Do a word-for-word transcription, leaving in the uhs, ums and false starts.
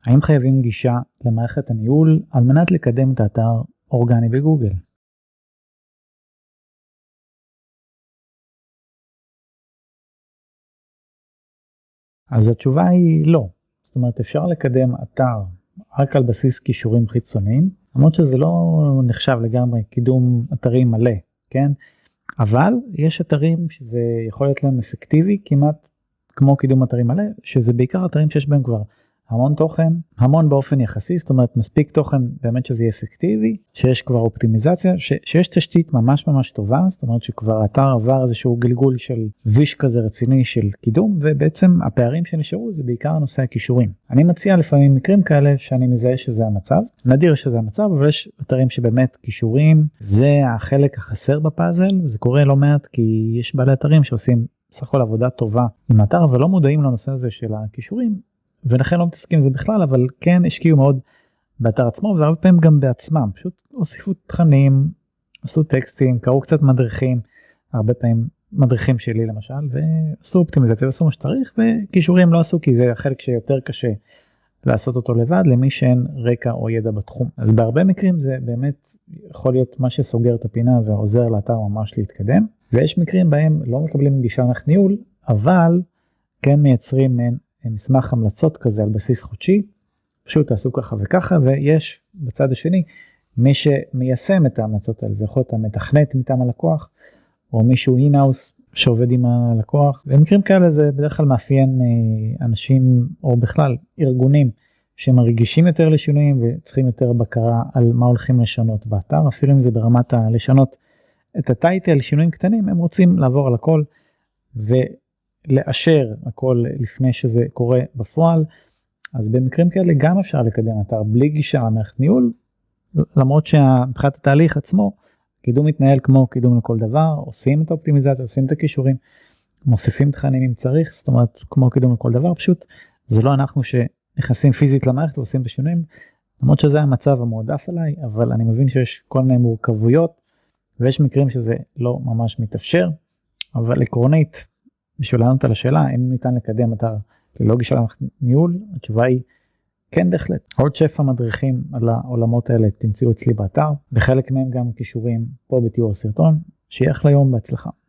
האם חייבים גישה למערכת הניהול על מנת לקדם את האתר אורגני בגוגל? אז התשובה היא לא. זאת אומרת, אפשר לקדם אתר רק על בסיס קישורים חיצוניים, למרות שזה לא נחשב לגמרי קידום אתרים מלא, כן? אבל יש אתרים שזה יכול להיות להם אפקטיבי כמעט כמו קידום אתרים מלא, שזה בעיקר אתרים שיש בהם כבר המון תוכן, המון באופן יחסי, זאת אומרת מספיק תוכן באמת שזה יהיה אפקטיבי, שיש כבר אופטימיזציה, ש, שיש תשתית ממש ממש טובה, זאת אומרת שכבר האתר עבר איזשהו גלגול של ויש כזה רציני של קידום, ובעצם הפערים שנשארו זה בעיקר נושא הקישורים. אני מציע לפעמים מקרים כאלה שאני מזהה שזה המצב, נדיר שזה המצב, אבל יש אתרים שבאמת קישורים, זה החלק החסר בפאזל, וזה קורה לא מעט כי יש בעלי אתרים שעושים סך הכל עבודה טובה עם האתר, אבל לא מודעים לנושא הזה של הקישורים, ולכן לא מתעסקים בזה בכלל, אבל כן השקיעו מאוד באתר עצמו, והרבה פעמים גם בעצמם, פשוט הוסיפו תכנים, עשו טקסטים, קראו קצת מדריכים, הרבה פעמים מדריכים שלי למשל, ועשו אופטימיזציה ועשו מה שצריך, וקישורים לא עשו, כי זה החלק שיותר קשה לעשות אותו לבד, למי שאין רקע או ידע בתחום. אז בהרבה מקרים זה באמת יכול להיות מה שסוגר את הפינה, ועוזר לאתר ממש להתקדם, ויש מקרים בהם לא מקבלים גישה למערכת ניהול, אבל כן מייצרים מעין מסמך המלצות כזה על בסיס חודשי, פשוט תעשו ככה וככה, ויש בצד השני מי שמיישם את ההמלצות האלה, זה יכול להיות המתכנת מטעם הלקוח, או מישהו אינהאוס שעובד עם הלקוח, במקרים כאלה זה בדרך כלל מאפיין אנשים, או בכלל ארגונים, שמרגישים יותר לשינויים, וצריכים יותר בקרה על מה הולכים לשנות באתר, אפילו אם זה ברמת הלשנות את הטייטל, שינויים קטנים, הם רוצים לעבור על הכל, ו... לאשר הכל לפני שזה קורה בפועל, אז במקרים כאלה גם אפשר לקדם אתר בלי גישה למערכת ניהול, למרות שמבחינת התהליך עצמו, קידום מתנהל כמו קידום לכל דבר, עושים את האופטימיזציה, עושים את הקישורים, מוסיפים תכנים אם צריך, זאת אומרת כמו קידום לכל דבר, פשוט זה לא אנחנו שנכנסים פיזית למערכת ועושים את השינויים, למרות שזה המצב המועדף עליי, אבל אני מבין שיש כל מיני מורכבויות, ויש מקרים שזה לא ממש מתאפשר, אבל עקרונית, בשביל לענות על השאלה, אם ניתן לקדם אתר ללא גישה למערכת ניהול, התשובה היא כן בהחלט. עוד שפע מדריכים על העולמות האלה תמצאו אצלי באתר, בחלק מהם גם קישורים פה בתיאור הסרטון, שיהיה אחלה יום בהצלחה.